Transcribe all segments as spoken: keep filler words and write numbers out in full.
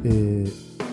えー、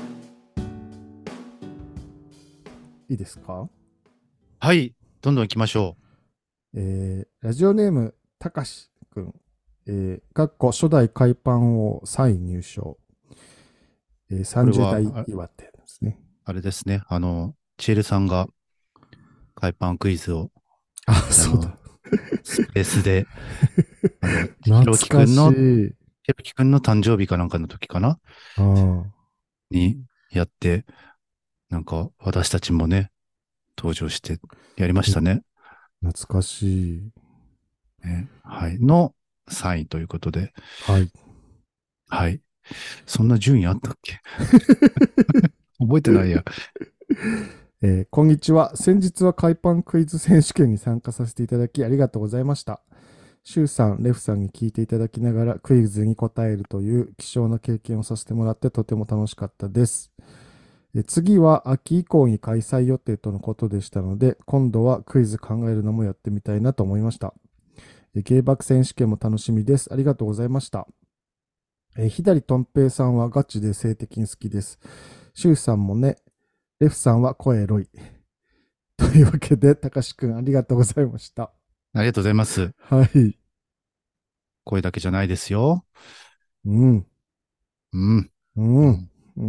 いいですか？ はい、どんどん行きましょえー、ラジオネーム、たかしくん。えー、かっこ初代海パン王さんい入賞。えー、 う。これさんじゅう代は、あ岩手ですね。 あれですね。あの、チエルさんが海パンクイズを、 あ、 あの、 そうだ。 スペースで、あの、ひ懐ろきくかしんの、ひい。 ろきくんの誕生日かなんかの時かなああ、 にやって、なんか私たちもね、登場してやりましたね。 懐かしい。 ねはい。のさんいということで。 はい。 はい。そんな順位あったっけ？覚えてないや。 えーこんにちは。先日は海パンクイズ選手権に参加させていただきありがとうございました。シュウさん、レフさんに聞いていただきながらクイズに答えるという貴重な経験をさせてもらってとても楽しかったです。え次は秋以降に開催予定とのことでしたので、今度はクイズ考えるのもやってみたいなと思いました。え芸爆選手権も楽しみです。ありがとうございました。え左とん平さんはガチで性的に好きです。シュウさんもね、レフさんは声エロい。というわけで、たかしくんありがとうございました。 ありがとうございます。 はい。 声だけじゃないですよ。 うん。 うん。 うん。 うん。 うん。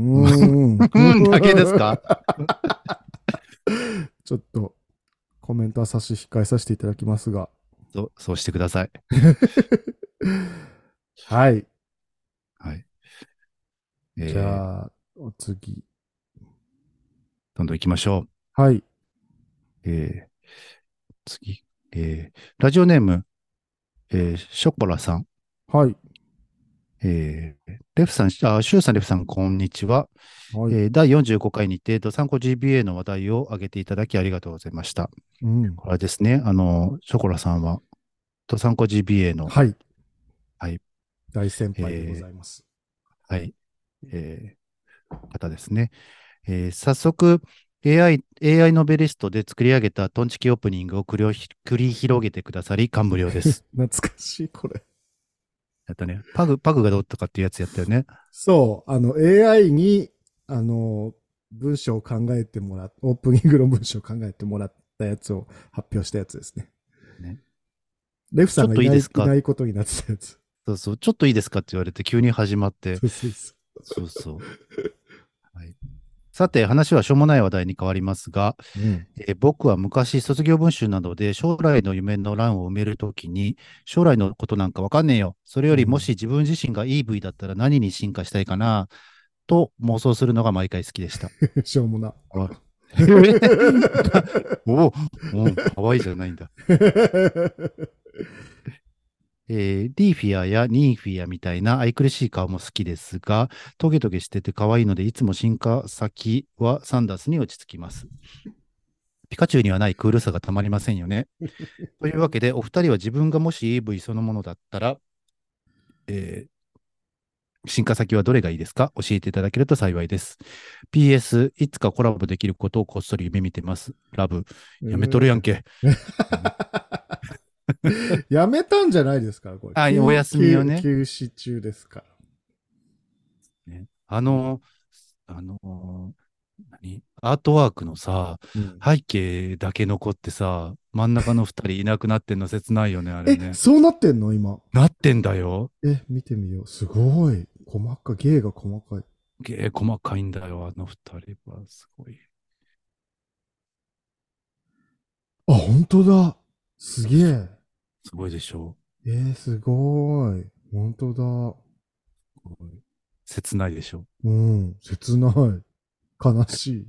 うんだけですか？ ちょっとコメントは差し控えさせていただきますが。 そう、そうしてください。 はい。 はい。 じえー、 ゃあ、お次。 どんどん行きましょはい。 う。えー、次。えー、ラジオネーム、えー、ショコラさん。 はい。 えー、レフさん、あ、シュウさん、レフさん、こんにちは。 はい。 えー、だいよんじゅうごかいにて、ドサンコ ジービーエー の話題を挙げていただきありがとうございました。 うん。 これはですね、あの、ショコラさんは、ドサンコ ジービーエー の、 はい。 はい、 大先輩でごえざいます。 ー、はい、えー、方ですね。えー早速、エーアイ、エーアイ ノベリストで作り上げたトンチキオープニングを繰り繰り広げてくださり、感無量です。 懐かしい、これ。 やったね。パグ、パグがどうとかっていうやつやったよね。 そう。あの、エーアイ に、あの、文章を考えてもらっ、オープニングの文章を考えてもらったやつを発表したやつですね。 ね。 レフさちょっんがいない、 といいですか？ いないことになってたやつ。 そうそう、ちょっといいですかって言われて急に始まって、 そうそうそそうそう。はい、さて、話はしょうもない話題に変わりますが、 う。うん。 えー僕は昔卒業文集などで将来の夢の欄を埋めるときに、将来のことなんかわかんねえよ。それよりもしうん。 自分自身が イーブイ だったら何に進化したいかな、と妄想するのが毎回好きでした。 しょうもな。 あおお、うん、かわいいじゃないんだ。えーリーフィアやニーフィアみたいな愛くるしい顔も好きですが、トゲトゲしてて可愛いので、いつも進化先はサンダースに落ち着きます。ピカチュウにはないクールさがたまりませんよね。というわけで、お二人は自分がもし イーブイ そのものだったら、えー進化先はどれがいいですか？教えていただけると幸いです。ピーエス、いつかコラボできることをこっそり夢見てます。ラブ。 うやめとるやんん。 け。 やめたんじゃないですかこれ。 あ、お休、 休みを休、 ね。 休止中ですかねあの、あの、何アートワークのさ、 ら。うん。 背景だけ残ってさ、真ん中の二人いなくなってんの切ないよね、あれえ、 ね。 そうなってんの今？ なってんだよ。 え、見てみよう。すごい。細かい。芸が細かい。 げえ細かいんだよ、あの二人は。すごい。 あ、本当だ。すげえ。 すごいでしょえー、すごい。本当だ。 う。すごい切ないでしょうん。切ない。悲しい。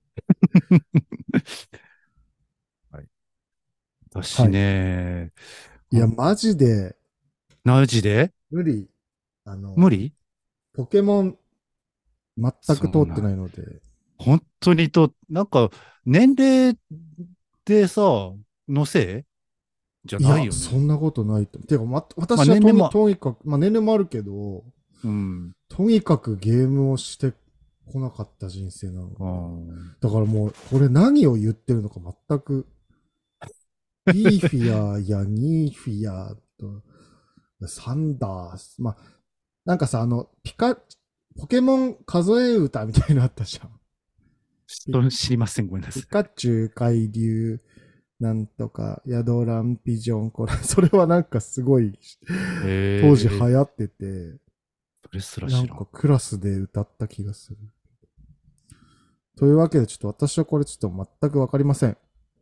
はい。私はい。 ね、 いや、 ほんマジで、 マジで無理。あの、 無理ポケモン、全く通ってなそうな。 いので。 本当にと、なんか、年齢でさ、のせいじゃいや、 ないよね。 そんなことないと。てか、ま、 まあ私はとに、 年齢も、 とにかく、まあ、年齢もあるけど、 うん。 とにかくゲームをしてこなかった人生なのあで。 ーだからもう、これ何を言ってるのか全く、リーフィアやニーフィアと、サンダース。まあ、なんかさ、あの、ピカ、 ポケモン数え歌みたいなのあったじゃん。 それ知りません。ごめんなさピい。 カチュウ、海流、なんとか、ヤドラン、ピジョン、これ、それはなんかすごい、当時流ええ、 行ってて、 それすらなん知らん。 かクラスで歌った気がする。というわけで、ちょっと私はこれちょっと全くわかりません。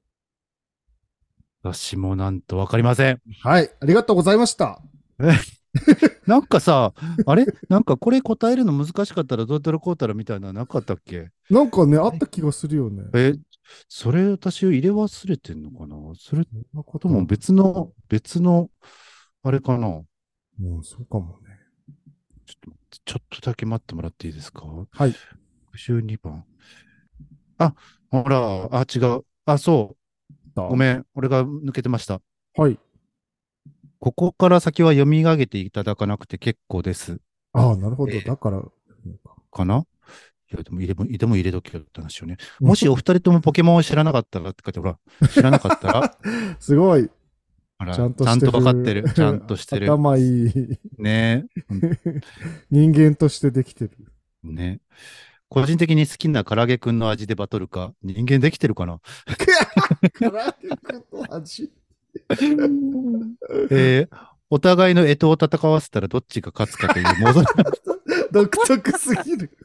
私もなんとわかりません。 はい、ありがとうございました。 え、なんかさ、あれなんかこれ答えるの難しかったらどうやったらこうたらみたいなのなかったっけ？ なんかね、あはい。 った気がするよね。 え、それ私入れ忘れてんのかな？それそんなことある。 とも別の、別の、あれかな？ もうそうかもね。 ちょっと待って、ちょっとだけ待ってもらっていいですか？ はい。 ろくじゅうに 番。あ、ほら、あ、違う。あ、そう。ごだめん。俺が抜けてました。 はい。 ここから先は読み上げていただかなくて結構です。 ああ、なるほど。 えーだから、 かないや、でも入れも、でも入れとけよって話よね。もしお二人ともポケモンを知らなかったらって書いて、ほら、知らなかったら、 すごい。 ほら、 ちゃんとしてちゃんとわかってる。ちゃんる。 としてる。 頭いい。 ねえ。うん。 人間としてできてる。 ね。個人的に好きな唐揚げくんの味でバトルか、人間できてるかな？ 唐揚げくんの味。 えーお互いの干支を戦わせたらどっちが勝つかという妄想。 独特すぎる。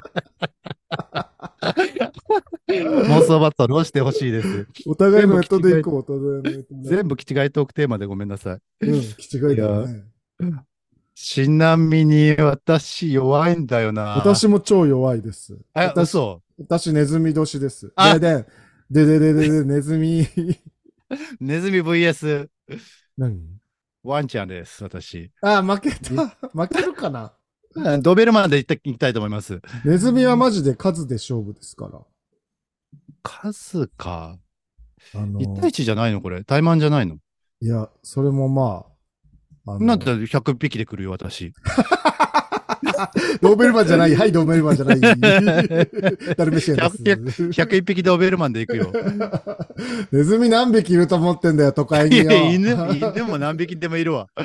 妄想バトルをしてほしいです。 お互いの全部気違い、 干支でいこう。お互いの干支で。 全部気違いトークテーマでごめんなさい。 うん、気違いいや、 だね。 ちなみに私弱いんだよな。 私も超弱いです。 あ、 私、 嘘。 私ネズミ年です。であ、 でん、ででででで、ネズミ。 ネズミ ブイエス何？ ワンちゃんです、私。 あ、負けえた。負けるかな？ うんドベルマンで行って行きたいと思います。 ネズミはマジで数で勝負ですから。 数か。いち対あの、 いちじゃないのこれ。怠慢じゃないの？ いや、それもまあ、あの、 なんでひゃくぴきで来るよ、私。 ドーベルマンじゃない。はい、ドーベルマンじゃない。ダルメシアンでひゃく、 す。 ひゃくいっぴきドベルマンで行くよ。 ネズミ何匹いると思ってんだよ、都会いや、 によ。 犬、犬も何匹でもいるわ。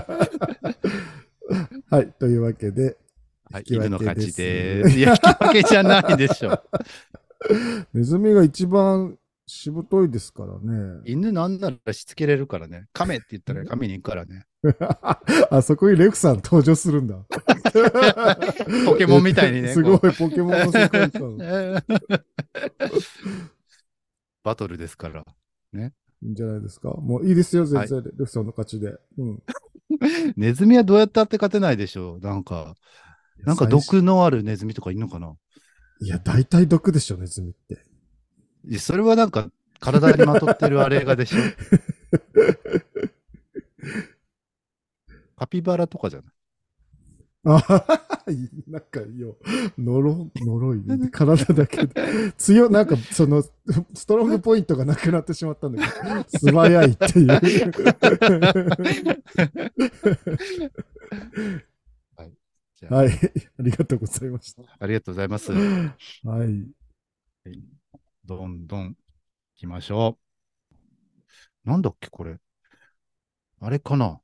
はい、というわけで、 はい、 引き分犬の勝ちけです。 です。いや、引き分けじゃないでしょ。 ネズミが一番しぶといですからね。 犬なんならしつけれるからね。亀って言ったら亀に行くからね。 あそこにレクさん登場するんだ。 ポケモンみたいにね、 すごい、 こう。 ポケモンの世界観。 バトルですから。ね。 いいんじゃないですか。もういいですよ、全はい。 然、レクさんの勝ちで。うん。 ネズミはどうやったって勝てないでしょう。なんか、 いや、 なんか最初、 毒のあるネズミとかいるのかな？ いや、大体毒でしょ、ネズミって。 いやそれはなんか体にまとってるあれがでしょ？カピバラとかじゃない？ あなんかよ、のろ、呪い、体だけで。強、なんか、その、ストロングポイントがなくなってしまったんだけど、素早いっていう。 はい。じゃあ、 はい、ありがとうございましありがとうございます。 た。はい。 はい、どんどん行きましょう。なんだっけ、これ。あれかな？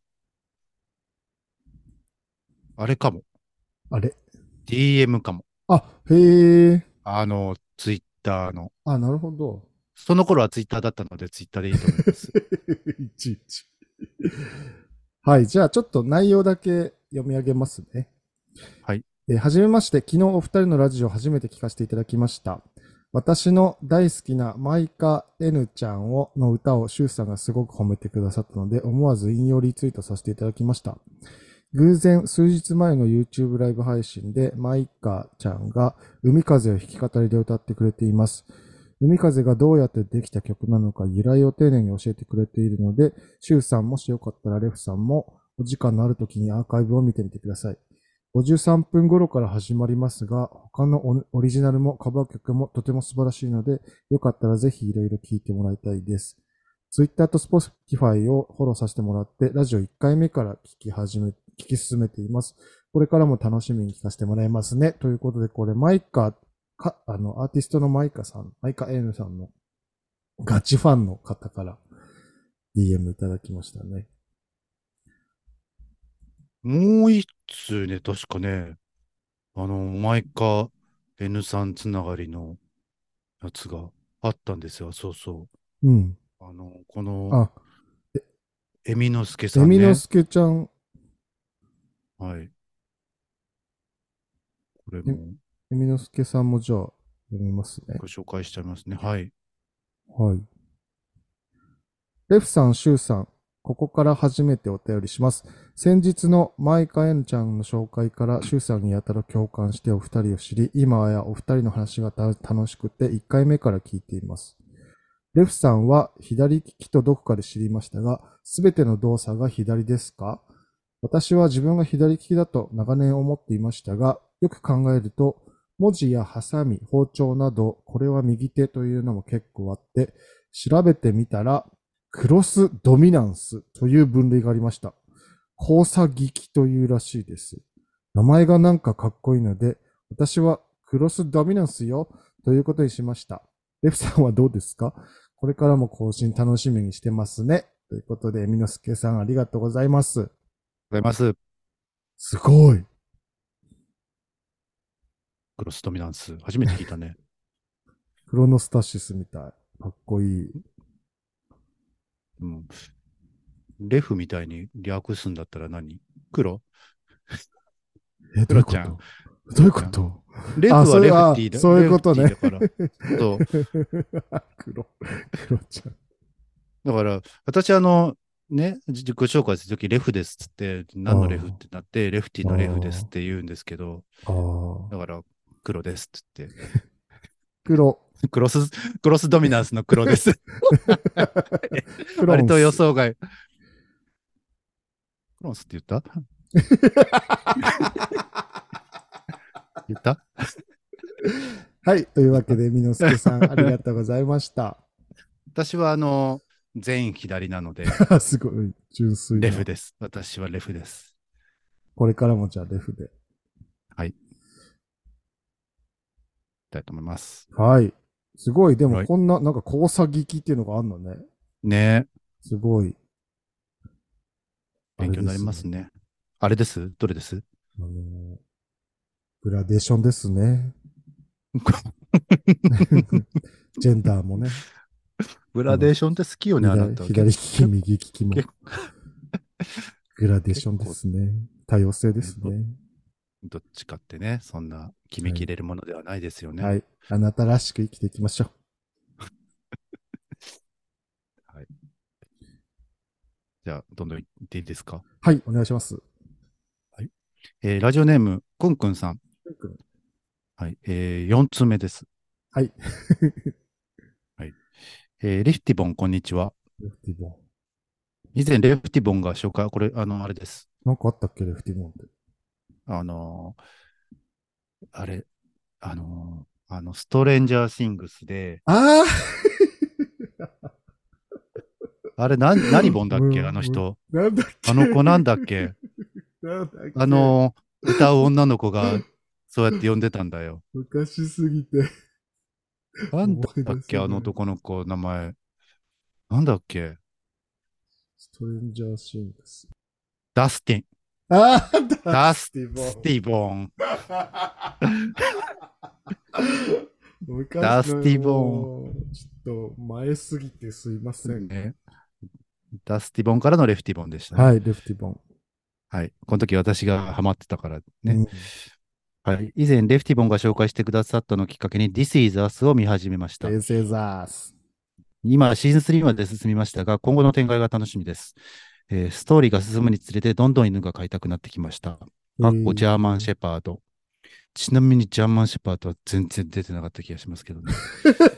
あれかも。 あれ？ ディーエム かも。 あ、へえ。 あの、ツイッターの。 あ、なるほど。 その頃はツイッターだったので、ツイッターでいいと思います。 いちいち。はい。じゃあ、ちょっと内容だけ読み上げますね。 はい。 えーはじめまして、昨日お二人のラジオを初めて聞かせていただきました。私の大好きなマイカ N ちゃんをの歌をシュウさんがすごく褒めてくださったので、思わず引用リツイートさせていただきました。偶然、数日前の YouTube ライブ配信でマイカちゃんが海風を弾き語りで歌ってくれています。海風がどうやってできた曲なのか由来を丁寧に教えてくれているので、シュウさんもしよかったらレフさんもお時間のある時にアーカイブを見てみてください。ごじゅうさんぷん頃から始まりますが、他のオリジナルもカバー曲もとても素晴らしいので、よかったらぜひいろいろ聴いてもらいたいです。Twitter と Spotify をフォローさせてもらって、ラジオいっかいめから聞き始め、聞き進めています。これからも楽しみに聞かせてもらいますね。ということで、これ、マイカ、か、あの、アーティストのマイカさん、マイカ N さんのガチファンの方から ディーエム いただきましたね。 もう一通ね、確かね、 あの、マイカ N さんつながりのやつがあったんですよ。そうそう。 うん。 あの、この、 あ、 エミノスケえみのさんね。 すけちゃん、 はい。これえ、 もえみのすけさんもじゃあ、読みますね。 ご紹介しちゃいますね。はい。 はい。レフさん、シュウさん、ここから初めてお便りします。先日のマイカエンちゃんの紹介からシュウさんにやたら共感してお二人を知り、今はやお二人の話が楽しくていっかいめから聞いています。レフさんは左利きとどこかで知りましたが、すべての動作が左ですか？私は自分が左利きだと長年思っていましたが、よく考えると、文字やハサミ、包丁など、これは右手というのも結構あって、調べてみたら、クロスドミナンスという分類がありました。交差利きというらしいです。名前がなんかかっこいいので、私はクロスドミナンスよということにしました。レフさんはどうですか？これからも更新楽しみにしてますね。ということで、みのすけさんありがとうございます。 ございます。 すごい。 クロスドミナンス。初めて聞いたね。 クロノスタシスみたい。かっこいい。 うん。レフみたいに略すんだったら何？黒え、どういうこと？ 黒ちゃん。 どういう黒ちゃん。 ことあ、 レフはそういう、あ、 レフティーだ、 そういうレフことね。 ティーだから。そう。 黒、黒ちゃん。 だから、私あの、ね、自己紹介するときレフですっつって、何のレフっあてなって、レフティあ、 ーのレフですっあて言うんですけど、 あ、ああ。 だから、黒ですっつって、 黒、 クロス、クロスドミナンスの黒です。 クロ割と予ンス。 想外。クロスって言った？言った？ はい。という言った？ わけで、みのすけさん、ありがとうございました。 私はあの、全員左なので、 すごい、純粋な。 レフです。私はレフです。 これからもじゃあ、レフで。 はい。いきたいと思います。 はい。すごい、でもはい。 こんな、なんか交差聞きっていうのがあるのね。 ねえ、 すごい、あ勉強になりれですね。 ますね。あれです？どれです？ あの、グラデーションですね。ジェンダーもね。 グあの、 ラデーションって好きよね、あな左、 た。け左利き、 結右利きも。 結グラデーションで結構、 すね。多様性でね、ど、 すね。 どっちかってね、そんな決めはい。 きれるものではないですよね。 はい。あなたらしく生きていきましょう。 はい。じゃあ、どんどんいっていいですか？ はい。お願いします。 はい。えーラジオネーム、くんくんさん。 ははい。えー、よんつうめです。 い。 はい。えーレフティボン、こんにちは。 レフティボン。 以前、レフティボンが紹介、これ、あの、あれです。 なんかあったっけ、レフティボンって。 あのーあれ、あのーあの、ストレンジャーシングスで、 あああれ、な、何ボンだっけもう、もう、 あの人。 なんだっあのけ子なんだっけ？ なんだっあけのー歌う女の子が、そうやって呼んでたんだよ。 昔すぎてなんだ思いっけあの出せない。 男の子、名前。なんだっけ？ ストレンジャーシングス。 ダスティン。 ああ、ダダススティボスン。 ティボン。ダ昔のスティボン。 もう、ちょっと前すぎてすいません。 ね。ダスティボンからのレフティボンでしたね。 はい、レフティボン。 はい。この時私がハマってたからね。 うん。 はい。以前、レフティボンが紹介してくださったのをきっかけに This is Us を見始めました。 デゼザース。 今、シーズンスリーまで進みましたが、今後の展開が楽しみです。えーストーリーが進むにつれて、どんどん犬が飼いたくなってきました。 えかっこジャーマンー、 シェパード。ちなみにジャーマンシェパードは全然出てなかった気がしますけどね。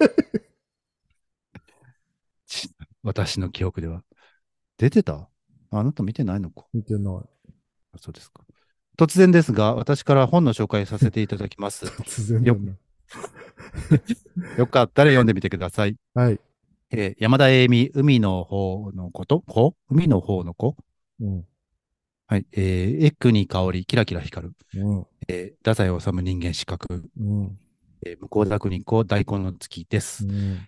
ち私の記憶では。出てた？あなた見てないのか。 見てない。 あ、そうですか。突然ですが、私から本の紹介させていただきます。 突然だよ、 な。 よかったら読んでみてください。 はい。 えー山田栄美、海の方のこと子海の方の子。 うん。 はい。えー、エッグに香り、キラキラ光る。 うん。 えー、太宰治人間資格。 うん。 えー、向田邦子、大根の月です。 うん。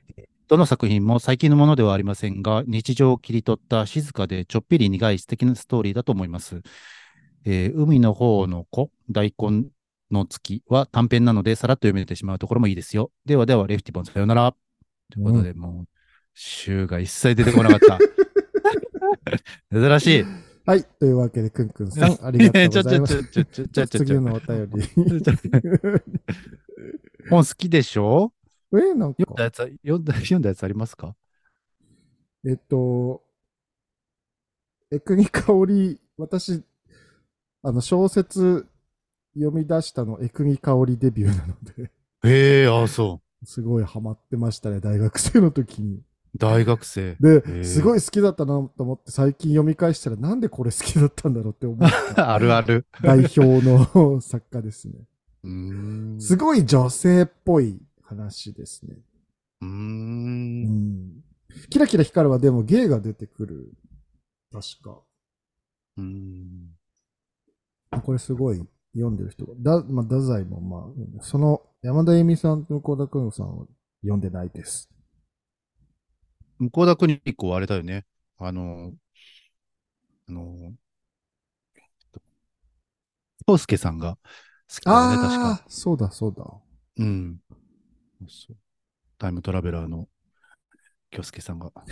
どの作品も最近のものではありませんが、日常を切り取った静かでちょっぴり苦い素敵なストーリーだと思います。えー海の方の子、大根の月は短編なので、さらっと読めてしまうところもいいですよ。ではでは、レフティボンさようなら。ということで、 うん。 もう、週が一切出てこなかった。珍しい。 はい。というわけで、くんくんさん、ありがとうちょちょございます。 ちょちょちょちじゃあ、 ょちょちょ。 次のお便り。 本好きでしょ？ え、なんか、 読んだやつ、読んだ、読んだやつありますか？ えっと、エクニカオリ、私、あの、小説読み出したの、エクニカオリデビューなので、 ええー、あ、そすごいハマってましたね、大学生の時に。 う。大学生。 で、すええごい好きだったなと思って、最近読み返したら、なんでこれ好きだったんだろうって思ったー、あるある。 代表の作家ですね。 うーん。 すごい女性っぽい話ですね。 うーん。 うん。キラキラ光るはでもゲイが出てくる。確か。 うーん。 これすごい読んでる人が。だ、まあ、太宰もまあ、その山田恵美さんと向田邦子さんは読んでないです。 向田邦子はあれだよね。あの、あの、宗介さんが好きだよね、確か。 ああ、そうだそうだ。 うん。そう、タイムトラベラーの京介さんが好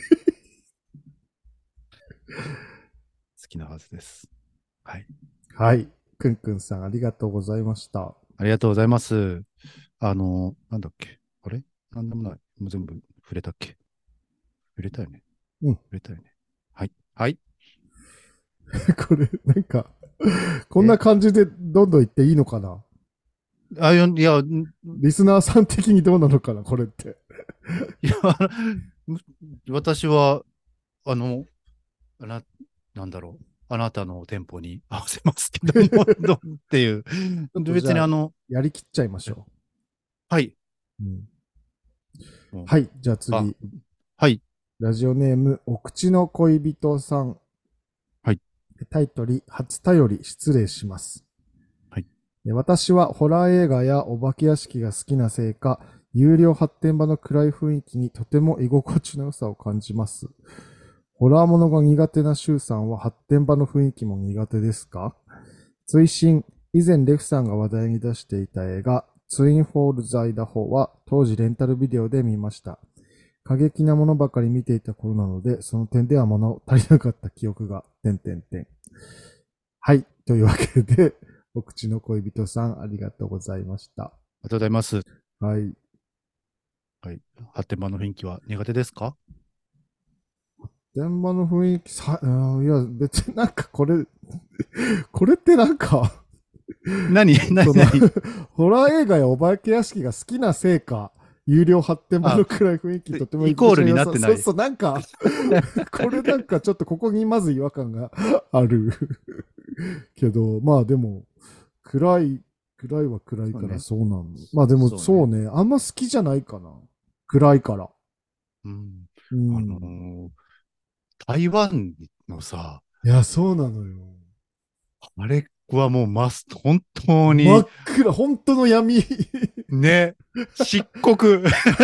きなはずです。はい。 はい。くんくんさんありがとうございました。 ありがとうございます。あの、なんだっけあれなんでもない。もう全部触れたっけ？触れたよね。 うん。 触れたよね。はい。はい。 これ、なんか、こんなえ感じでどんどん言っていいのかな？ あ、いや、いや、んリスナーさん的にどうなのかなこれって。 いや、あの私は、あの、な、なんだろう。あなたのテンポに合わせますけども、どうっていう。 ちょっとじゃあ、 別にあの、 やりきっちゃいましえょはい。 う。うん、 もうはい。じゃああ、 次。 はい。 ラジオネーム、お口の恋人さん。 はい。 タイトル、初頼り失礼します。 はい。 私はホラー映画やお化け屋敷が好きなせいか、有料発展場の暗い雰囲気にとても居心地の良さを感じます。ホラーものが苦手なシュウさんは発展場の雰囲気も苦手ですか？追伸、以前レフさんが話題に出していた映画、ツインフォールズ・アイダホは当時レンタルビデオで見ました。過激なものばかり見ていた頃なので、その点では物足りなかった記憶が、点々点。はい。というわけで、お口の恋人さん、ありがとうございました。 ありがとうございます。 はい。 はい。発展場の雰囲気は苦手ですか？ 現場の雰囲気さ、うん、いや、別になんかこれ、これってなんか、 何何その、 何ホラー映画やお化け屋敷が好きなせいか、有料発展場あ、 の暗い雰囲気とても居イコールに心地が良さなってない。 そうそう、なんか、これなんかちょっとここにまず違和感があるけど、まあでも、暗い、暗いは暗いからそうね。 そうなんの。まあでもそうね。 そうね、あんま好きじゃないかな。暗いから。 うん。 うあのん。 ー台湾のさ、 いや、そうなのよ。 あれはもうマスト、本当真に、 っ暗、本当の闇。 ね、漆黒。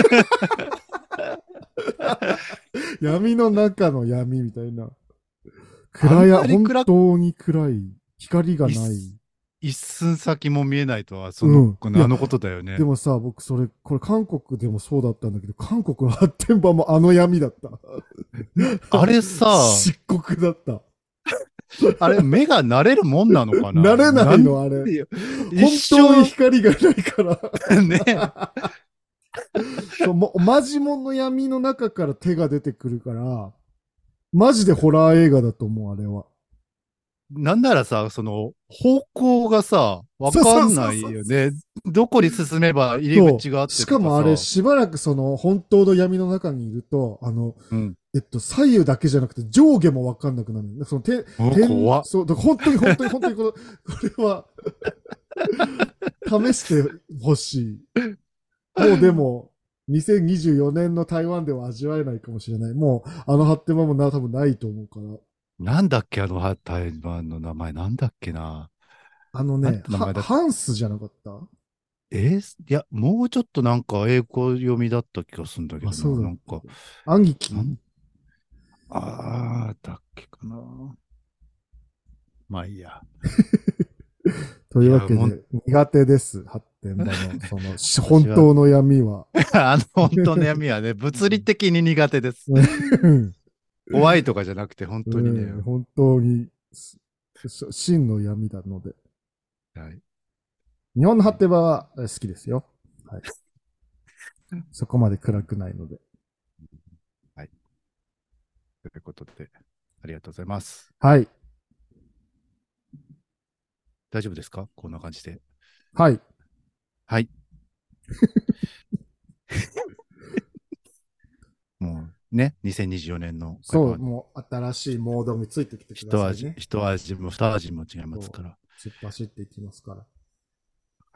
闇の中の闇みたいな。 あん暗や、本なに暗く、 当に暗い。光がない。 一一寸先も見えないとは、その、 うん。いや、 あのことだよね。 でもさ、僕それ、これ韓国でもそうだったんだけど、韓国の発展場もあの闇だった。 あれさ、 漆黒だった。 あれ、目が慣れるもんなのかな？ 慣れななんいの、あれ。 て、一本当に生、 光がないから。 ね、 そう、もマジモンの闇の中から手が出てくるから、マジでホラー映画だと思う、あれは。 なんならさ、その、方向がさ、わそうそうかんなそうそう。 いよね。どこに進めば入りそ口があっう。してとかもあれ、 かさ。 しばらくその、本当の闇の中にいると、あの、 うん。 えっと、左右だけじゃなくて上下もわかんなくなる。その、て、 もう点、 怖っ。 そう、だから本当に本当に本当にこの、これは試してほしい。もうでも、にせんにじゅうよねんの台湾では味わえないかもしれない。もう、あの発展場もな、多分ないと思うから。 なんだっけ、あのは台湾の名前、なんだっけな。なんあのね、は、 て名前だっけ。 ハンスじゃなかった？ えーいや、もうちょっとなんか英語読みだった気がするんだけあ、 どな。 そうだっなんか、 け？アンギキ？ なんあー、だっけかな。まあいいや。 といいや、もう、 うわけで、苦手です。発展場の、その、し私は、 本当の闇は。 あの、本当の闇はね、物理的に苦手です。 うん怖いとかじゃなくて、本当にね、 うん、本当に、し真の闇なので。 はい。 日本の発展場は好きですよ。はい。そこまで暗くないので。 はい。ということで、ありがとうございます。 はい。 大丈夫ですかこんな感じで。 はい。 はい。もうね、にせんにじゅうよねんの海そう、 パン、 もう新しいモードについてきてくだ一味、 さいね。 一味も二味も違いますそから。 う、突っ走っていきますから。 はい。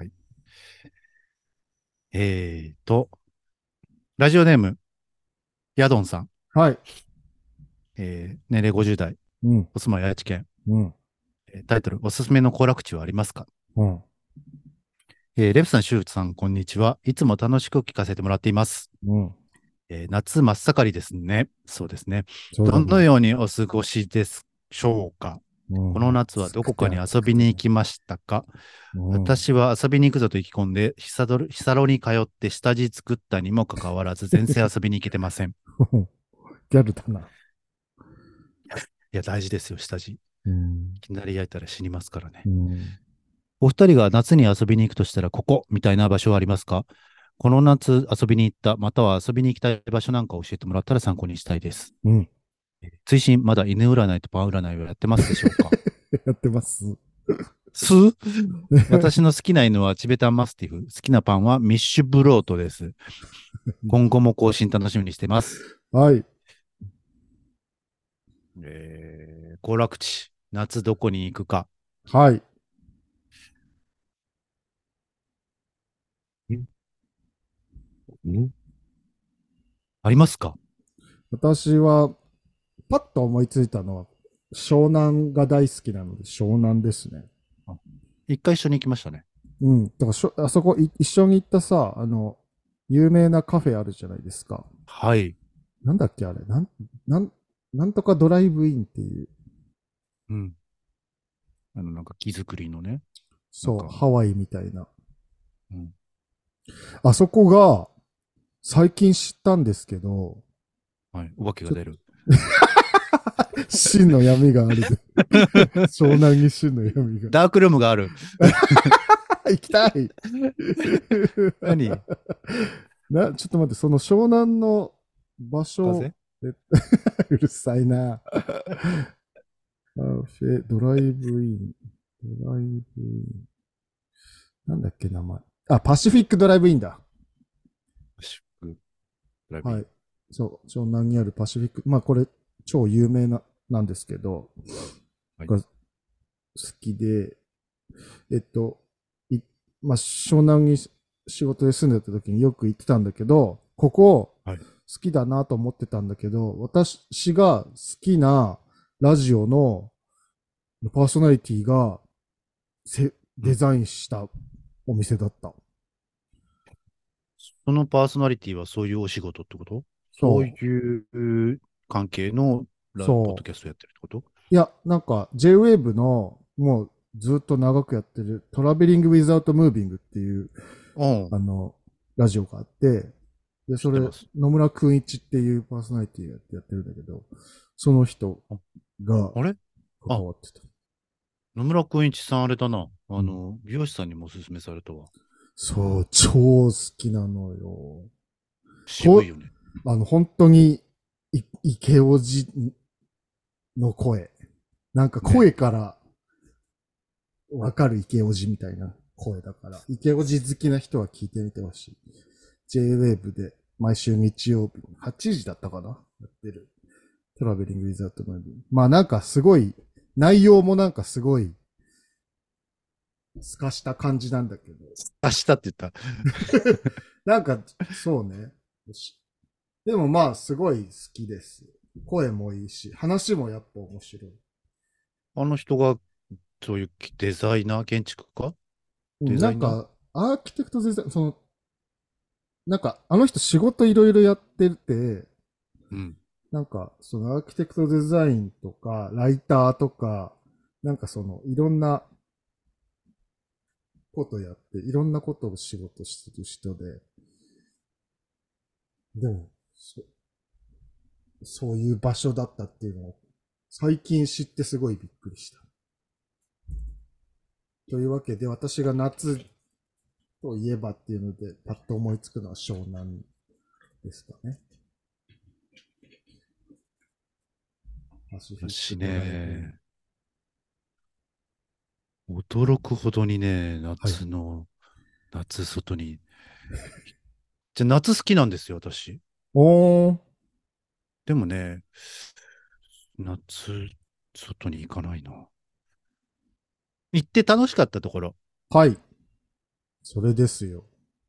えーと、ラジオネーム、ヤドンさん。 はい。 えー年齢ごじゅう代、 うん、 お住まい愛知県。 うん、 えータイトル、おすすめの行楽地はありますか？ うん、 えーレフさん、シューさん、こんにちは。いつも楽しく聞かせてもらっています。 うん。 えー夏真っ盛りですね。そうですね。どのそうだね。 ようにお過ごしでしょうか？ うん、 この夏は暑くてどこかに遊び暑くて。 に行きましたか？ うん。 私は遊びに行くぞと意気込んで、ヒサドルヒサロに通って下地作ったにもかかわらず、全然遊びに行けてません。いギャルだな。 や、大事ですよ、下地。いうん、 きなり焼いたら死にますからね。 うん。 お二人が夏に遊びに行くとしたら、ここみたいな場所はありますか？この夏遊びに行った、または遊びに行きたい場所なんか教えてもらったら参考にしたいです。 うん。 追伸、まだ犬占いとパン占いをやってますでしょうか？ やってます。 す私の好きな犬はチベタンマスティフ。好きなパンはミッシュブロートです。今後も更新楽しみにしています。 はい。 えー、行楽地。夏どこに行くか。 はい。 んありますか？ 私は、パッと思いついたのは、湘南が大好きなので、湘南ですね。 あ一回一緒に行きましたね。 うん。だからしょ、あそこい一緒に行ったさ、あの、有名なカフェあるじゃないですか。 はい。 なんだっけあれ。なん、なん、なんとかドライブインっていう、 うん。あの、なんか木作りのね。なんそう、 か、 ハワイみたいな。 うん。 あそこが、最近知ったんですけど、 はい。お化けがちょっと、 出る。 真の闇があるで。湘南に真の闇が。 ダークルームがある。 行きたい何？ な、ちょっと待って、その湘南の場所、 風えうるさいな。カフェ、ドライブイン、ドライブイン。なんだっけ、名前。あ、パシフィックドライブインだ。 シック、ラビン。 はい。そう、湘南にあるパシフィック。まあ、これ、超有名な、なんですけど、 はい。 が好きで、えっと、い、まあ、湘南に仕事で住んでた時によく行ってたんだけど、ここ、 はい。 好きだなと思ってたんだけど、私が好きなラジオのパーソナリティがせうん。 デザインしたお店だった。 そのパーソナリティはそういうお仕事ってこと？そうそう。 いう関係のラポッドそう。 キャストやってるってこと？ いや、なんか J-Wave のもうずっと長くやってるトラベリング・ウィザウト・ムービングっていううん。 あのラジオがあって、で、それ知ってます。 野村くんいちっていうパーソナリティやってやってるんだけど、その人あ、 があれあ、 関わってた。 野村くんいちさんあれだな。 うん、 あの、美容師さんにもおすすめされたわ。 そう、超好きなのよ。こ渋いよね。 う、あの、本当に、い、池おじの声。なんかね。 声からわかる池おじみたいな声だから、池おじ好きな人は聞いてみてほしい。J-Wave で毎週日曜日、はちじだったかなやってる。トラベリング・ウィザート・ムービー。まあなんかすごい、内容もなんかすごい、透かした感じなんだけど。 明日って言った。 なんか、そうね。でもまあ、すごい好きです。声もいいし、話もやっぱ面白い。 あの人が、そういうデザイナー、建築家うん、 デザイナー。 なんか、アーキテクトデザイン、その、なんか、あの人仕事いろいろやってて、 うん。 なんか、そのアーキテクトデザインとか、ライターとか、なんかその、いろんなことやって、いろんなことを仕事してる人で、でも、そ、そういう場所だったっていうのを、最近知ってすごいびっくりした。というわけで、私が夏といえばっていうので、パッと思いつくのは湘南ですかね。パシフィック私ドライブイン。 ね、驚くほどにね、 はい。 夏の、夏外に。じゃ、夏好きなんですよ、私。 おー。 でもね、夏、外に行かないな。行って楽しかったところ。 はい。それですよ。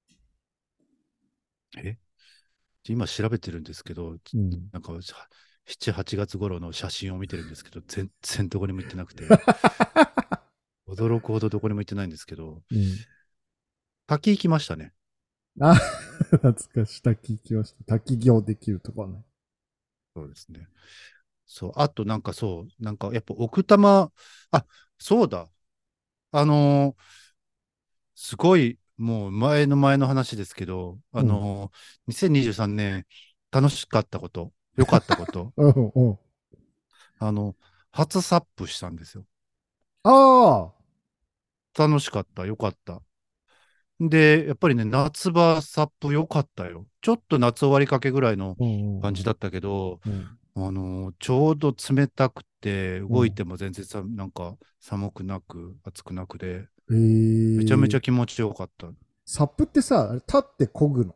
え今調べてるんですけど、 うん。 なんか、しゃしち、はちがつ頃の写真を見てるんですけど、全然どこにも行ってなくて、驚くほどどこにも行ってないんですけど、 うん。 滝行きましたね。 あ、懐かしい。滝行きました。滝行できるとこね。 そうですね。そう。あと、なんかそう、なんかやっぱ奥多摩、あ、そうだ。あのーすごい、もう前の前の話ですけど、あうん。 のーにせんにじゅうさんねん、楽しかったこと、良かったこと、 うん、うん。 あの、初サップしたんですよ。 ああ。 楽しかった、良かった。で、やっぱりね、夏場サップ良かったよ。ちょっと夏終わりかけぐらいのうん、うん、 感じだったけど、 うん。 あのーちょうど冷たくて、 うん。 動いても全然さ、なんか寒くなく、暑くなくで、 えー、 めちゃめちゃ気持ちよかった。 サップってさ、あれ立って漕ぐの？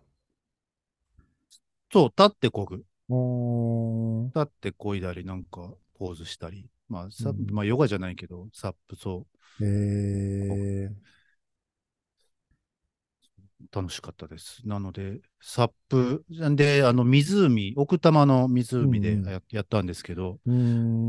そう、立って漕ぐ。 あー。 立って漕いだり、なんかポーズしたり。まあ、さ、 うん。 まあ、ヨガじゃないけど、サップ、そう、こえー、 う楽しかったです。なので、サップ、で、あの、湖、奥多摩のう湖でん、 や、やったんですけど、 うん。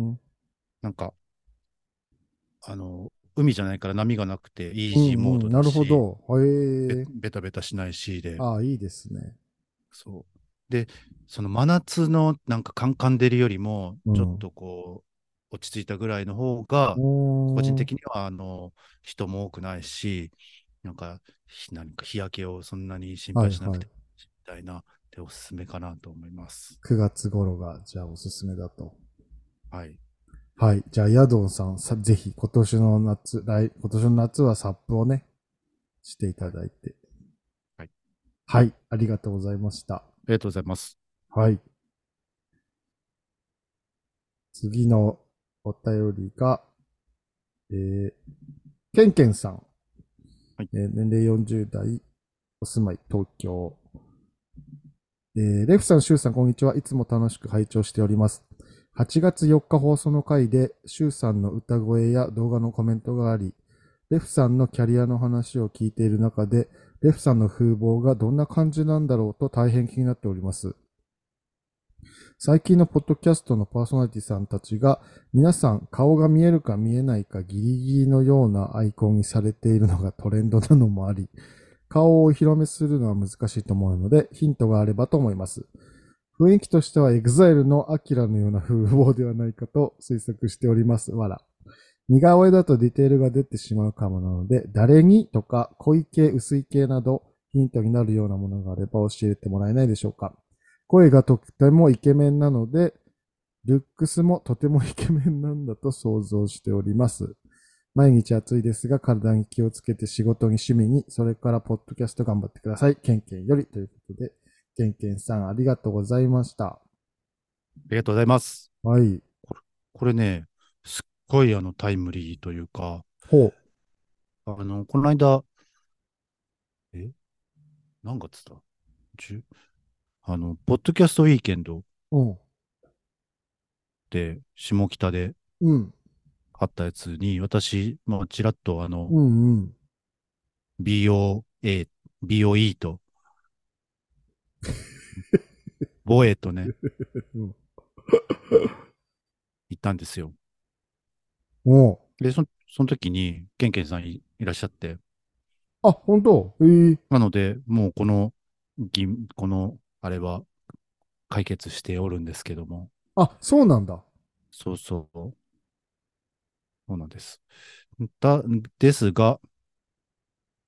うーん。 なんか、あの、海じゃないから波がなくて、イーうん、 ジーモードうん。なるほだし、 ど。 べ、 えー。 ベタベタしないしで、 ああ、いいですね。 そう。で、その真夏のなんかカンカン照りよりも、 うん。 ちょっとこう、落ち着いたぐらいの方が、個人おー。 的には、あの、人も多くないし、なんか、ひ何か日焼けをそんなに心はい、はい。 配しなくてみたいな、で、おすすめかなと思います。 くがつ頃が、じゃあおすすめだと。 はい。 はい。じゃあ、ヤドンさん、さ、ぜひ、今年の夏、来、今年の夏はサップをね、していはい。 ただいて。 はい。 はい。ありがとうございました。 ありがとうございます。 はい。次のお便りが、えー、ケンケンさん。 はい。 えー年齢よんじゅう代、お住まい、東京。えー、レフさん、シュウさん、こんにちは。いつも楽しく拝聴しております。はちがつよっか放送の回で、シュウさんの歌声や動画のコメントがあり、レフさんのキャリアの話を聞いている中で、レフさんの風貌がどんな感じなんだろうと大変気になっております。最近のポッドキャストのパーソナリティさんたちが、皆さん顔が見えるか見えないかギリギリのようなアイコンにされているのがトレンドなのもあり、顔をお披露目するのは難しいと思うので、ヒントがあればと思います。雰囲気としては エグザイル のアキラのような風貌ではないかと推測しております。わら。似顔絵だとディテールが出てしまうかもなので、誰にとか濃い系、薄い系などヒントになるようなものがあれば教えてもらえないでしょうか。声がとてもイケメンなので、ルックスもとてもイケメンなんだと想像しております。毎日暑いですが、体に気をつけて仕事に趣味に、それからポッドキャスト頑張ってください。ケンケンよりということで、ケンケンさんありがとうございました。 ありがとうございます。 はい。 これ、これね、すっごいあのタイムリーというか、 ほあの、この間、え何月だ ?じゅう あの、ポッドキャストウィーケンドう。うん。 で、下北でうん。 あったやつに、私、まあ、ちらっとあの、 うんうん。 ビーオーエー、ビーオーイー と、ボエとね、 うん。 行ったんですよ。 おう。 で、そ、その時に、ケンケンさんい、いらっしゃって、 あ、本当？ええー。 なので、もうこの、ぎこの、あれは解決しておるんですけども、 あ、そうなんだ。 そうそう、そうなんです。だ、ですが、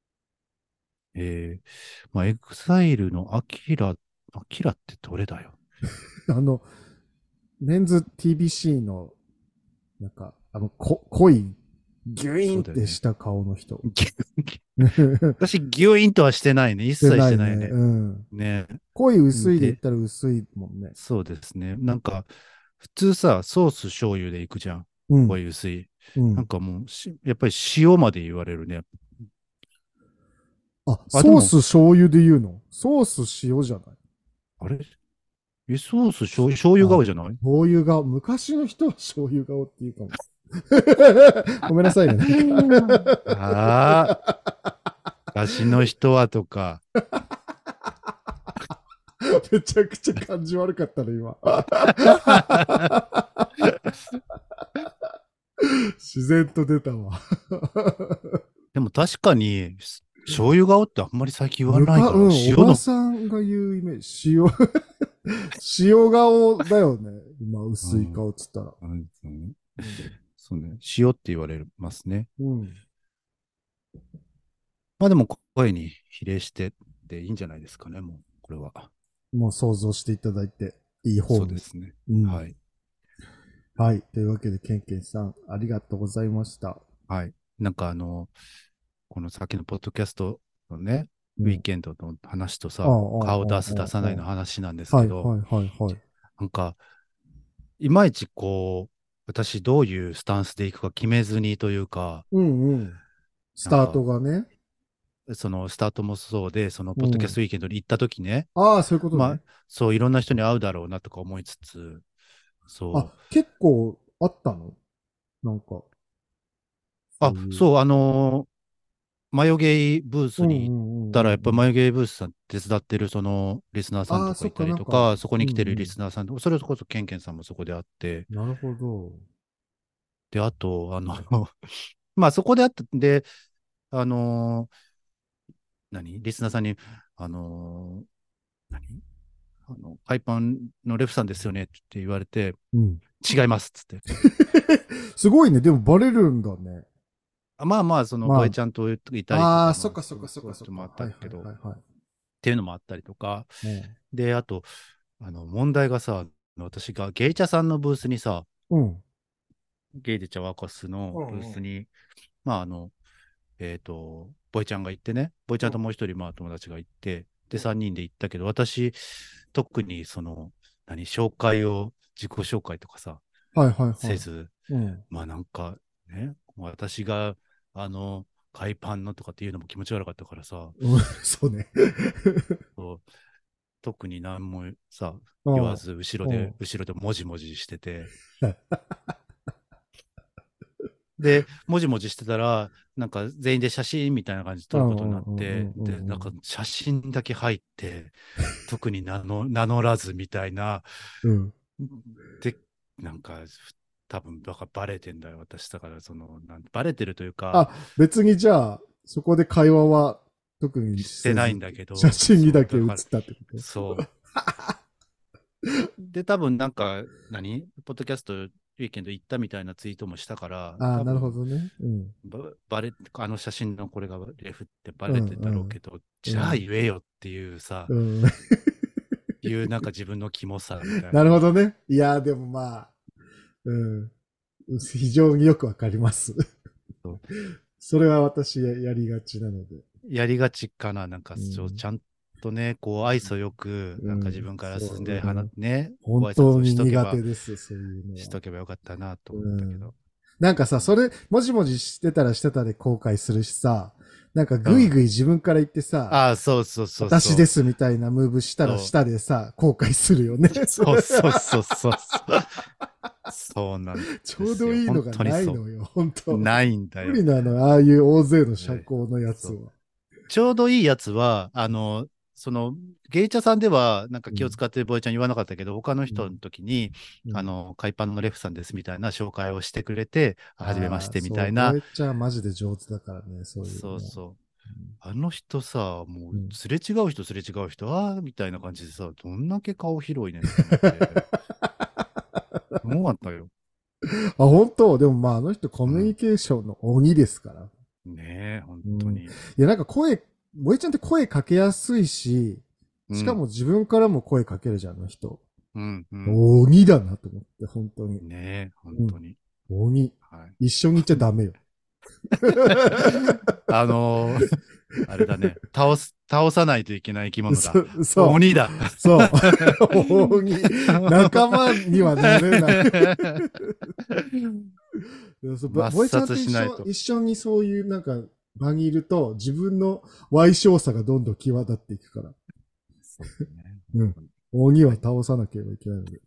えー、まあ、エグザイルのアキラ、アキラってどれだよ。 あの、メンズ ティービーシー の、なんか、あの、こ濃い、ギュイーンっそうだよね。 てした顔の人。 ギュ私、ギュインとはしてないね。一で切しないね。 てないね。 うん。 ね。 濃い薄いで言っで、 たら薄いもんね。 そうですね。なんか、普通さ、ソース醤油でいくじゃん。 うん。 こういう薄い。 うん。 なんかもうし、やっぱり塩まで言われるね。 あ、 あ、でも、 ソース醤油で言うの？ソース塩じゃない？ あれえ、ソース醤油、醤油あ、 顔じゃない？ 醤油顔。昔の人は醤油顔っていうかも。ごめんなさいね、なんか。 ああ、昔の人はとか。 めちゃくちゃ感じ悪かったね、今。自然と出たわ。 でも確かに、醤油顔ってあんまり最近言わむか、 ないから、 うん、お塩の、 ばさんが言うイメージ。塩、塩顔だよね。今、薄いうん、 顔っつったら。 うん、うん、 うん。 そうね、塩って言われますね。 うん。 まあでも声に比例してでいいんじゃないですかね、もう、これは。 もう想像していただいて、いい方に。 そうですね。 うん。 はい。 はい。というわけで、ケンケンさん、ありがとうございました。 はい。なんかあの、この先のポッドキャストのね、 うん。 ウィーケンドの話とああ、ああ、あさ、顔出す出さあ、 ないのあ話なんですあ。はい、 けど、 はい、はい、はい。 なんか、いまいちこう、私どういうスタンスでいくか決めずにというか、 うんうん。スタートなんか、 がね。 そのスタートもそうで、そのポッドキャスうん。 トウィーケンドに行った時ね、 ああ、そういうことまあ、 ね。 そういろんな人に会うだろうなとか思いつつ、 あ、 そう。 結構あったの？なんか、そあ、 ういう。 そう、あのー眉毛ブーうんうスに行ったら、やっんうんうんうん。 ぱり眉毛ブースさん手伝ってるそのリスナーさんああ、 とかいたそっか、なんか、 りとか、そこうんに来てるリうん。 スナーさんとか、それこそケンケンさんもそこで会って、 なるほど。 で、あと、あのまあそこで会ったんで、あのー何リスナーさんに、あのー何あの、海パンのレフさんですよねって言われて、 うん。 違いますっつって。 すごいね。でもバレるんだね。 あまあまあ、その、ボエまちゃんといたあ、 りとか、 ああ、そまあ、 っかそっかそっそういうかそっか。 人もあったはいはいけど、っはいはい。 ていうのもあったりとか、 うん。 で、あと、あの、問題がさ、私がゲイチャさんのブースにさ、 うん。 ゲイで茶ワカスのブーうんうん。 スに、まあ、あの、えっと、ボイちゃんが行ってね、ボイちゃんともう一人、まあ、友達が行って、で、 うん。 さんにんで行ったけど、私、特にその、何、紹介を、自己紹介とかさ、 はいはいはい。 せず、 うん。 まあなんか、ね、私が、あの、海パンのとかっていうのも気持ち悪かったからさ、 うん、そうね。 そう特に何もさ、 うん。 言わず、後ろで、 うん。 後ろでもじもじしてて、で、もじもじしてたら、なんか全員で写真みたいな感じでうんう撮ることになっんうんて、で、なんかうん写真だけ入って、特に名の名乗らずみたいな、 うん。うん。 で、なんか、多分、だからバレてんだよ、私。だから、その、なんバレてるというか、 あ、別にじゃあ、そこで会話は特にしてないんせず、 だけど、 写真にだそう、 け写っだから、 たってこと？ そう。で、多分なんか、何ポッドキャストウィーケンド行ったみたいなツイートもしたから、 ああ、なるほ多分どね。うん。 ばバレ、あの写真のこれがレフってバうんレてんだろうけど、じゃあうん。 言えよっていうさ、 うん。うん。 いうなんか自分のキモさみたいななるのが、 ほどね。いやー、でもまあ、うん。非常によくわかります。 そうそれは私ややりがちなので。 やりがちかな、なんかちょ、 うん。 ちゃんとね、こう愛想よく、なんか自うん。 分からそう、 進んで、はな、 うん。 ね、ご本挨拶をし当に苦とけば、 手です、そういうのは。 しとけばよかったなと思ったけうん。 ど。 なんかさ、それ、もじもじしてたらしてたで後悔するしさ、なんかうん。 ぐいぐい自分から言ってさ、 ああ、そうそうそうそう。 私ですみたいなムーブしたらそう。 したでさ、後悔するよね。 そうそうそうそうそう。そうなんちょうですよ。 どいいの本がな当にそいのよ、本う。 当。 ないんだよ。 無理なの、ああいう大勢の社はい交のやそうつは。 ちょうどいいやつは、あの、その、ゲイチャさんでは、なんかうん。 気を使ってボイちゃん言わなかったけど、他のうん。 人の時に、 うん。 あの、海パンのレフさんですみたいな紹介をしてくれて、はじめまああ、 してみそう、 たいな、 ボエちゃんマジで上手だからね、そういうの。 そうそう。あの人さ、もう、 うん。 すれ違う人、すれ違う人、ああ、みたいな感じでさ、どんだけ顔広いねんと思って、すごかったよ。 あ、本当でもまあ、あの人コミュニうん。 ケーションの鬼ですから。 ねえ、本うん。い当に。 や、なんか声ボイちゃんって声かけやすいし、しかうん。 も自分からも声かけるじゃん、あの人。 うん。うん。 鬼だなと思って、本当に。 ねえ、本うん。 当に。 鬼。 はい。 一緒にいちゃダメよ。 あのーあれだね。倒す、倒さないといけない生き物だ。 そ、そ鬼だ。 う、そう。鬼。仲間にはなれない。でもそうボ抹ボイちゃんと殺一緒、 しないと。 一緒にそういうなんか場にいると自分の歪小さがどんどん際立っていくから。 そうね。 うん。鬼ははい。 倒さなければいけないので。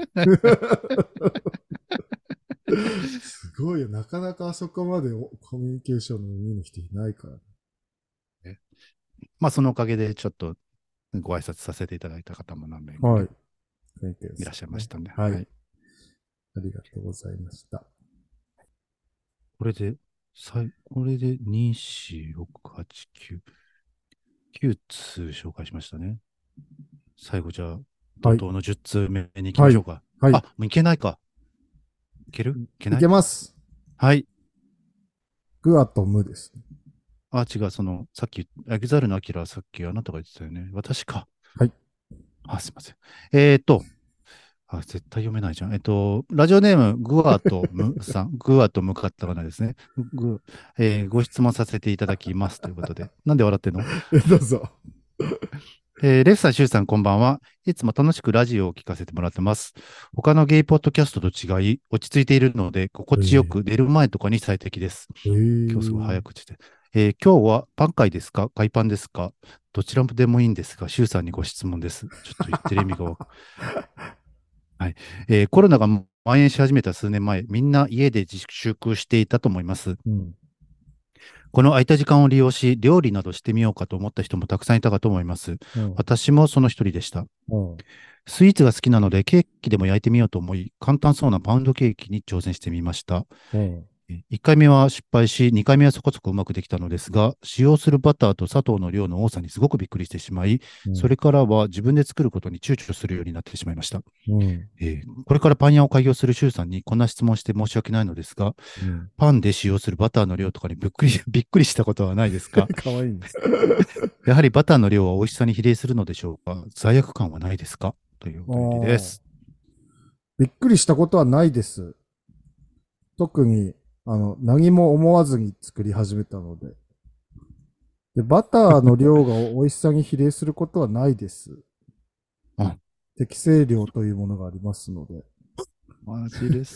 すごいよ。なかなかあそこまでコミュニケーションの海の人いないからね。 ねまあ、そのおかげでちょっとご挨拶させていただいた方も何名かね、 はい。ケンケンいらっしゃいまさんね。 したね。 はい。 はい。 ありがとうございました。 これで、さいこれでに、よん、ろく、はち、きゅう、きゅう通紹介しましたね。最後じゃあ、怒はい。 涛のじゅっ通目に行きまはい。 しょうか。 はい。 あ、もういけないか。いけるいけいないけます。 はい。 グアとムです。 あ、違う、その、さっき、エグザイルのアキラはさっきあなたが言ってたよね。私か。 はい。 あ、すいません。えーと、あ、絶対読めないじゃん。えっと、ラジオネーム、グアとムさん、グアとムカったかなですね。グ、えーご質問させていただきますということで。なんで笑ってんのどうぞ。 えーレフさん、シュウさん、こんばんは。いつも楽しくラジオを聞かせてもらってます。他のゲイポッドキャストと違い、落ち着いているので、心地よえー、 く寝る前とかに最適です。 え今日すごいー、 早口で。えー今日はパン会ですか海パンですかどちらでもいいんですが、シュウさんにご質問です。ちょっと言ってる意味がわかはい。えーコロナが蔓延し始めた数年前、みんな家で自粛していたと思います。 うん。 この空いた時間を利用し、料理などしてみようかと思った人もたくさんいたかと思います。 うん。 私もその一人でした。 うん。 スイーツが好きなので、ケーキでも焼いてみようと思い、簡単そうなパウンドケーキに挑戦してみました。 うん。 いっかいめは失敗し、にかいめはそこそこうまくできたのですが、使用するバターと砂糖の量の多さにすごくびっくりしてしまい、 うん。 それからは自分で作ることに躊躇するようになってしまいました。 うん。 えーこれからパン屋を開業する周さんにこんな質問して申し訳ないのですが、 うん。 パンで使用するバターの量とかにびっくりびっくりしたことはないですか？ かわいいね。 やはりバターの量は美味しさに比例するのでしょうか？罪悪感はないですか？というおあ便りであ。 す。 びっくりしたことはないです。特に、あの、何も思わずに作り始めたので。で、バターの量が美味しさに比例することはないです。 あ、 適正量というものがありますので。 マジです。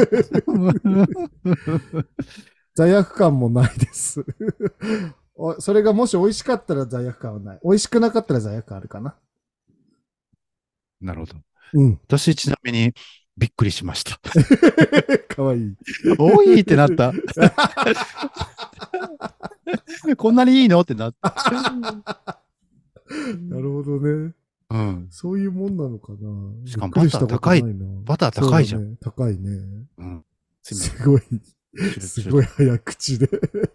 罪悪感もないですおそれがもし美味しかったら罪悪感はない。美味しくなかったら罪悪感あるかな。 なるほど。 うん。 私、ちなみにびっくりしました。 かわいい。 多いってなった。こんなにいいのってなった。 なるほどね。 うん。 そういうもんなのかな。びっしかもバくりしたことター高い。 ないな。 バター高いじゃん。 そうだね。高いね。 うん。すいません。 すごい、 ちょ、ちょ、 すごい早口で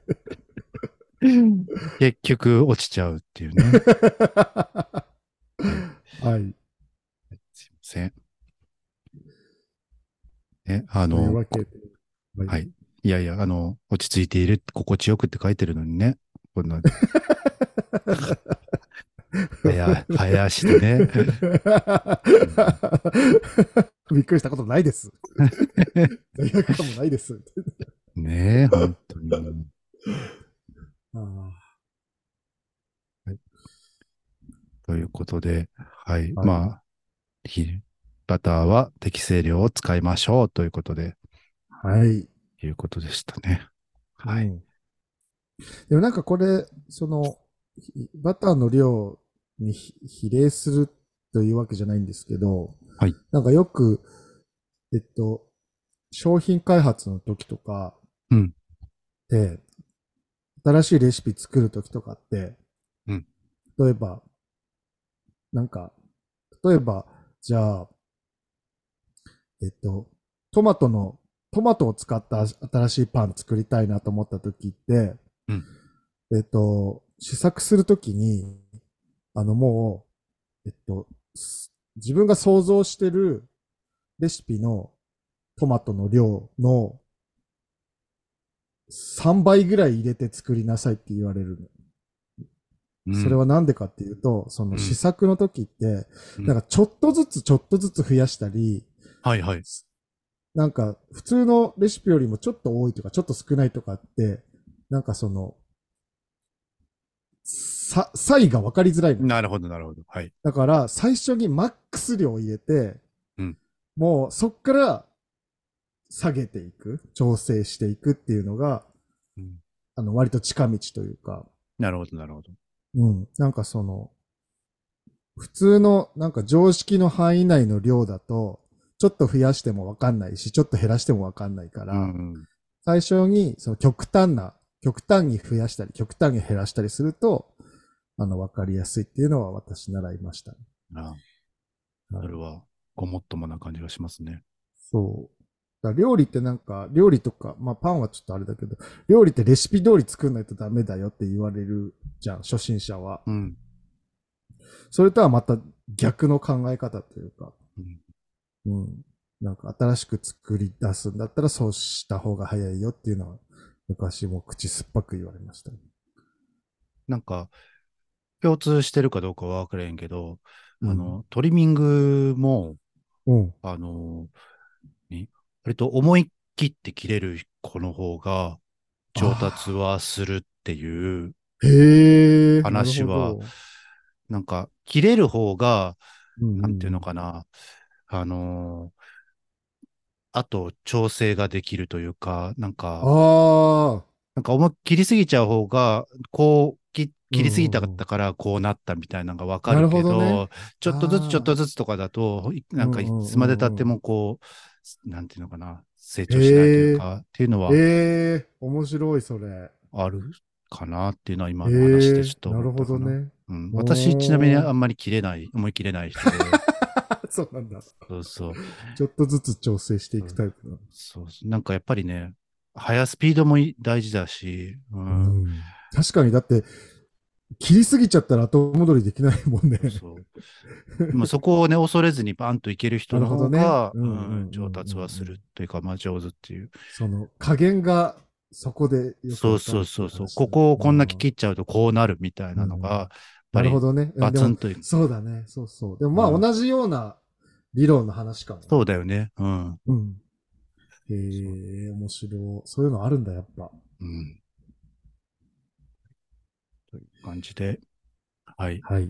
結局落ちちゃうっていうね。はい。 はい。 すいません。ね、あというの、 わけで。はい。 はい。いやいや、あの、落ち着いている、心地よくって書いてるのにね。こんな、早、早足でね。うん、 びっくりしたことないです。罪悪感もないです。 ねえ、本当にもう。 あはい、ということで、はい。 はい。 まあ、ひバターは適正量を使いましょうということで、 はい。 いうことでしたね。はい。 うん。でもなんかこれ、その、バターの量に比例するというわけじゃないんですけど、 はい。 なんかよく、えっと、商品開発の時とかうん。 で、新しいレシピ作る時とかって、 うん。 例えば、なんか、例えば、じゃあ、えっと、トマトの、トマトを使った新しいパン作りたいなと思った時って、 うん。 えっと、試作するときに、あのもう、えっと、自分が想像してるレシピのトマトの量のさんばいぐらい入れて作りなさいって言われるの。 それうん。 はなんでかっていうと、その試うん。 作の時って、 うん。 なんかちょっとずつちょっとずつ増やしたり、 はいはい。 なんか普通のレシピよりもちょっと多いとかちょっと少ないとかって、なんかその、さ、差異が分かりづらいのよ。 なるほど、なるほど。はい。 だから最初にマックス量を入れて、 うん。 もうそっから下げていく、調整していくっていうのが、 うん。 あの、割と近道というか、 なるほど、なるほど。 うん。なんかその、普通の、なんか常識の範囲内の量だと、ちょっと増やしてもわかんないし、ちょっと減らしてもわかんないかうら、 ん。 最初に、その極端な、極端に増やしたり、極端に減らしたりすると、あの、わかりやすいっていうのは私習いましたね。 あ、 はい。 それはごもっともな感じがしますね。 そう。だ料理ってなんか、料理とか、まあパンはちょっとあれだけど、料理ってレシピ通り作んないとダメだよって言われるじゃん、初心者は。 うん。 それとはまた逆の考え方というか、 うん。 うん。なんか新しく作り出すんだったらそうした方が早いよっていうのは、昔も口酸っぱく言われましたね。 なんか、共通してるかどうかはわからへんけど、 うん。 あの、トリミングも、 うん。 あの、に割と思い切って切れる子の方が上達あはするっていうあ。へえ、なる話は、 ほど。 なんか、切れる方が、 うんうんうなんていうのん。 かな、あの、あと調整ができるというか、なんか、 ああ。 なんか思いっきりすぎちゃう方が、こう、きうん切りすぎたうんうん。 かったからこうなったみたいなのがわかなるほるけどね。 ど、ちょっとずつちょっとああ。 ずつとかだと、いなんかいうんうんつまで経ってうんうん。 もこう、なんていうのかな、成長しないというへえ。 か、っていうのはええ、面白い、それ。 あるかなっていうのは今の話でへえ、 ちょっと思っなるほたかな。 どね。 うん、私、ちなみにおー。 あんまり切れない、思い切れない人で、 そうなんだ。 そうそう。 ちょっとずつ調整していくうん、 タイプなの。 そうそう、なんかやっぱりね、速スピードもい大事だし、ううん、 ん。確かに、だって、切りすぎちゃったら後戻りできないもんね。 そうそう。まあ、そこをね、恐れずにバンといける人なるのほどね。 方が、 うんうんうんうんうん、上達はすうん。 るというか、まあ上手っていう。 その加減がそこでよくそうわかるっていそうそうそう。 う話だね。 ここをこんだけああ、 切っちゃうとこうなるみたいなのが、 うん。 やっぱりなるほどね。うん、 バでも、 ツンという。 そうだね。そうそう。でもまあうん、 同じような理論の話かもそうね。 だよね。うん。 うん。へそう、 え、面白い。そういうのあるんだ、やっぱ。 うん。という感じで、はい。 はい。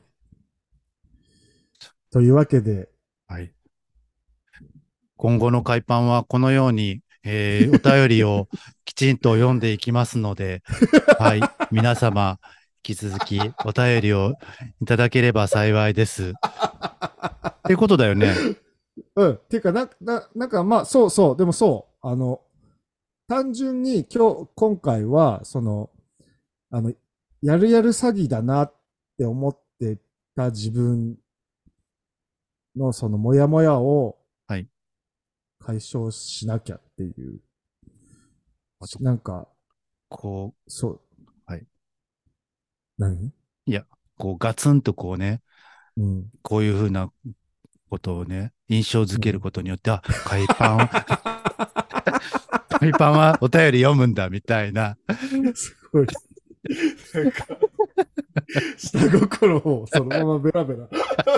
というわけで、 はい。今後の海パンはこのように、えーお便りをきちんと読んでいきますので、はい。皆様、引き続きお便りをいただければ幸いです。っていうことだよね。 うん。っていうか、な、な、なんかまあ、そうそう。でもそう。あの、単純に今日、今回は、その、あの、やるやる詐欺だなって思ってた自分のそのモヤモヤをはい。 解消しなきゃっていう、 あと、 なんか、 こそう、 う、はい。 何いや、こう、ガツンとこうね、 うん。 こういうふうなことをね、印象づけるうん。 ことによって、あ、海パン、海パンはお便り読むんだ、みたいな。 すごい。なんか、下心をそのままベラベラ。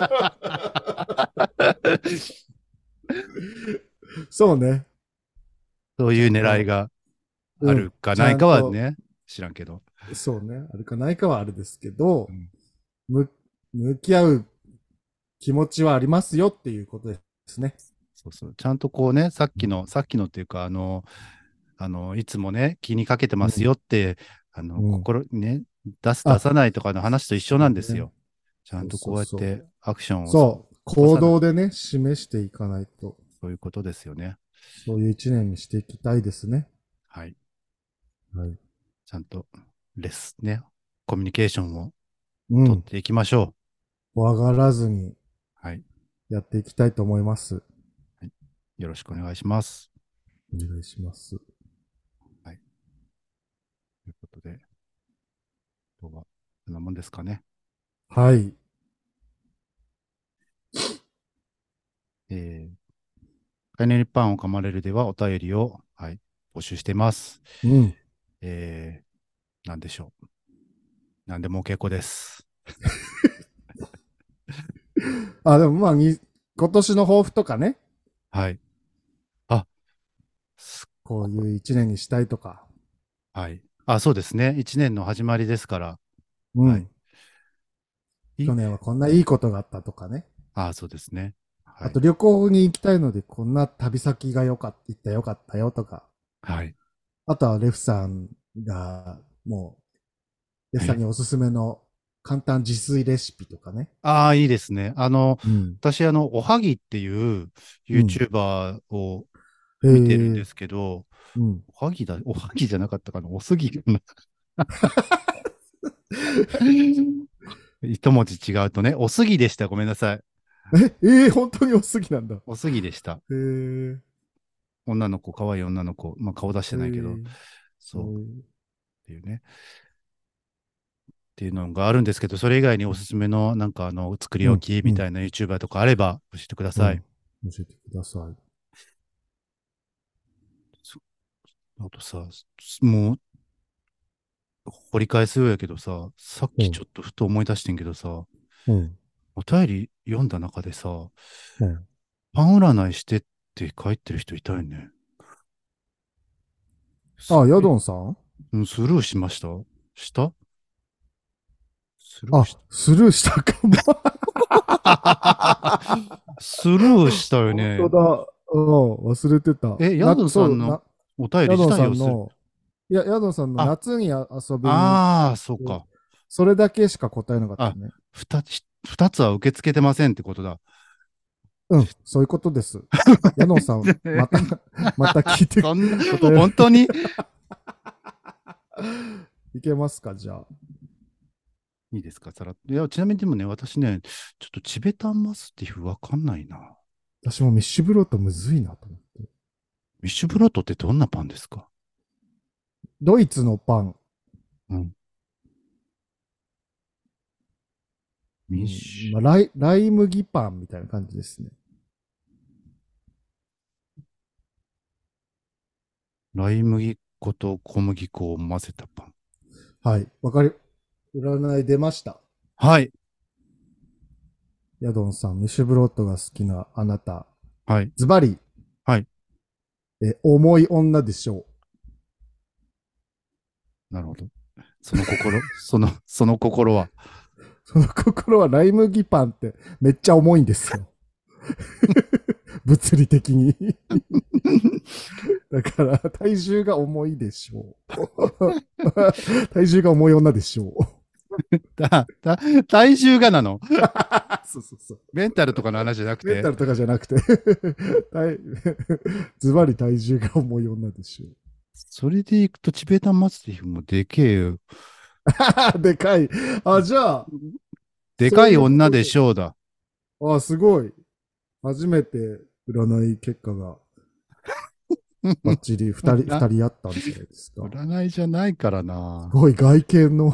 そうね。 そういうちゃんと、 狙いがあうん。 るかちないかはゃんと、 ね、知らんけど。 そうね。あるかないかはあれですけど、 うん、 む、向き合う気持ちはありますよっていうことですね。 そうそう。ちゃんとこうね、さっきの、さっきのっていうか、あの、あの、いつもね、気にかけてますうん。 よって、あの、 うん。 心にね、出す出あ、 さないとかの話と一緒そうね。 なんですよ。ちゃんそうとこうやっそうそう。 てアクションを起そう。行こさない。 動でね、示していかないと、 そういうことですよね。 そういう一年にしていきたいですね。 はい。 はい。 ちゃんと、レスね、コミュニケーションをうん。 取っていきましょ怖がらずにう。はい。 やっていきたいと思います。 はい、よろしくお願いします。 お願いします。 はい。ということで、今日はこんなもんですかね。 はい。 えー、カイネリパンを噛まれるではお便りを、はい、募集しています。 うん。 えー、なんでしょう。なんでも結構です。 あ、でもまあ、に今年の抱負とかね、 はい。あ、すこういう一年にしたいとか。 はい。あ、そうですね。一年の始まりですから。はい。 うん。 い、 去年はこんないいことがあったとかね。 あ、そうですね。はい。 あと旅行に行きたいので、こんな旅先が良かった、行ったよかったよとか。 はい。 あとはレフさんが、もう、レフさんえ、 におすすめの簡単自炊レシピとかね。 ああ、いいですね。あの、 うん。 私、あの、おはぎっていううん。 YouTuber をへ見てるんでえ。 すけど、 うん。 おはぎだ、おはぎじゃなかったかな、おすぎかな。一文字違うとね、おすぎでした。ごめんなさい。 え、えー、本当におすぎなんだ。 おすぎでした。 へえ。 女の子、可愛い女の子、まあ顔出しへてないけど、 え。 そう、っていうね。っていうのがあるんですけど、それ以外におすすめの、なんかあの、作りうん。うん。 置きみたいな YouTuber とかあれば教えてください。 うん。教えてください。 そあとさ、もう、掘り返すようやけどさ、さっうん。 きちょっとふと思い出してんけどさ、 うん。 お便り読んだ中でさ、 うん。 パン占いしてって書いてる人いたよね。すあ、ヤえ、 ドンさん。 うんスルーしました。したスルーあ、 しスルーしたかも。 た。スルーしたよね。 本当だ。うん、忘れてた。 え、ヤな、 ドさそう、 んのな、 お便り自ヤドンさ体をする。 んの、いや、ヤドンさんのあ、 夏にあ遊びにああ、そう行って、 か。 それだけしか答えなかったあ、 ね。 二つ、二つは受け付けてませんってことだ。 うん、そういうことです。ヤドンさん、またまた聞いて、 そんな、 答え、 本当にいけますか、じゃあ。 いいですか、さらっと。いや、ちなみにでもね、私ね、ちょっとチベタンマスティフわかんないな。 私もミッシュブロートむずいなと思って。 ミッシュブロットってどんなパンですか？ ドイツのパン、 うん。ミッうん、 シまあ、ライ、ライ麦パンみたいな感じですね。 ュ、ライ麦粉と小麦粉を混ぜたパン。 はい。わかり、占い出ました。 はい。 ヤドンさん、ミッシュブロットが好きなあなた。 はい。 ズバリ、 はい。 え、重い女でしょなるほど。その心、その、その心は。 う。その心はライ麦パンってめっちゃ重いんですよ。物理的に。だから、体重が重いでしょう。体重が重い女でしょう。 だ、だ、体重がなの？ そうそうそう。 メンタルとかの話じゃなくて、 メンタルとかじゃなくて体ズバリ体重が重い女でしょそれでいくとチベタンマスティフもでけえよ。 う。でかい。あ、じゃあ、 でかそういうこい女でとで。 しょうだ。 あ、すごい。初めて占い結果がバッチリ二人、二な人あったんじゃないですか。 占いじゃないからすな。 ごい外見の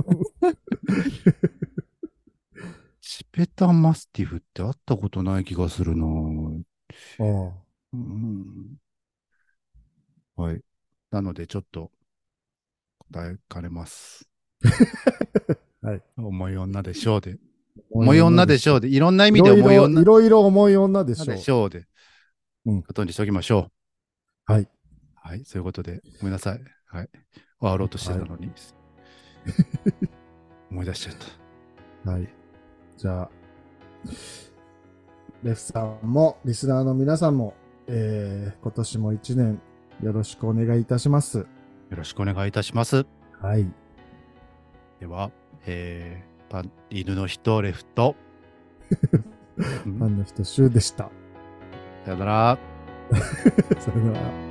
チベタンマスティフって会ったことない気がするな。 ああ、 うん、はい。なので、ちょっと答えかねます。 はい。 重い女でしょうで。 重い重い女でしょ女でしょうで。いろんな意う。い味でろいろ、い重い女ろいろ重い女でしでしょょうで。 う。うん。 ことにしておきましょう。 はい。 はい。そういうことで、ごめんなさい。はい。終わろうとしてはい。 たのに、思い出しちゃった。 はい。じゃあ、レフさんも、リスナーの皆さんも、えー、今年も一年よろしくお願いいたします。 よろしくお願いいたします。 はい。 では、えー、パン犬の人、レフト。うん、 ファンの人、シュウでした。 さよなら。 さよなら。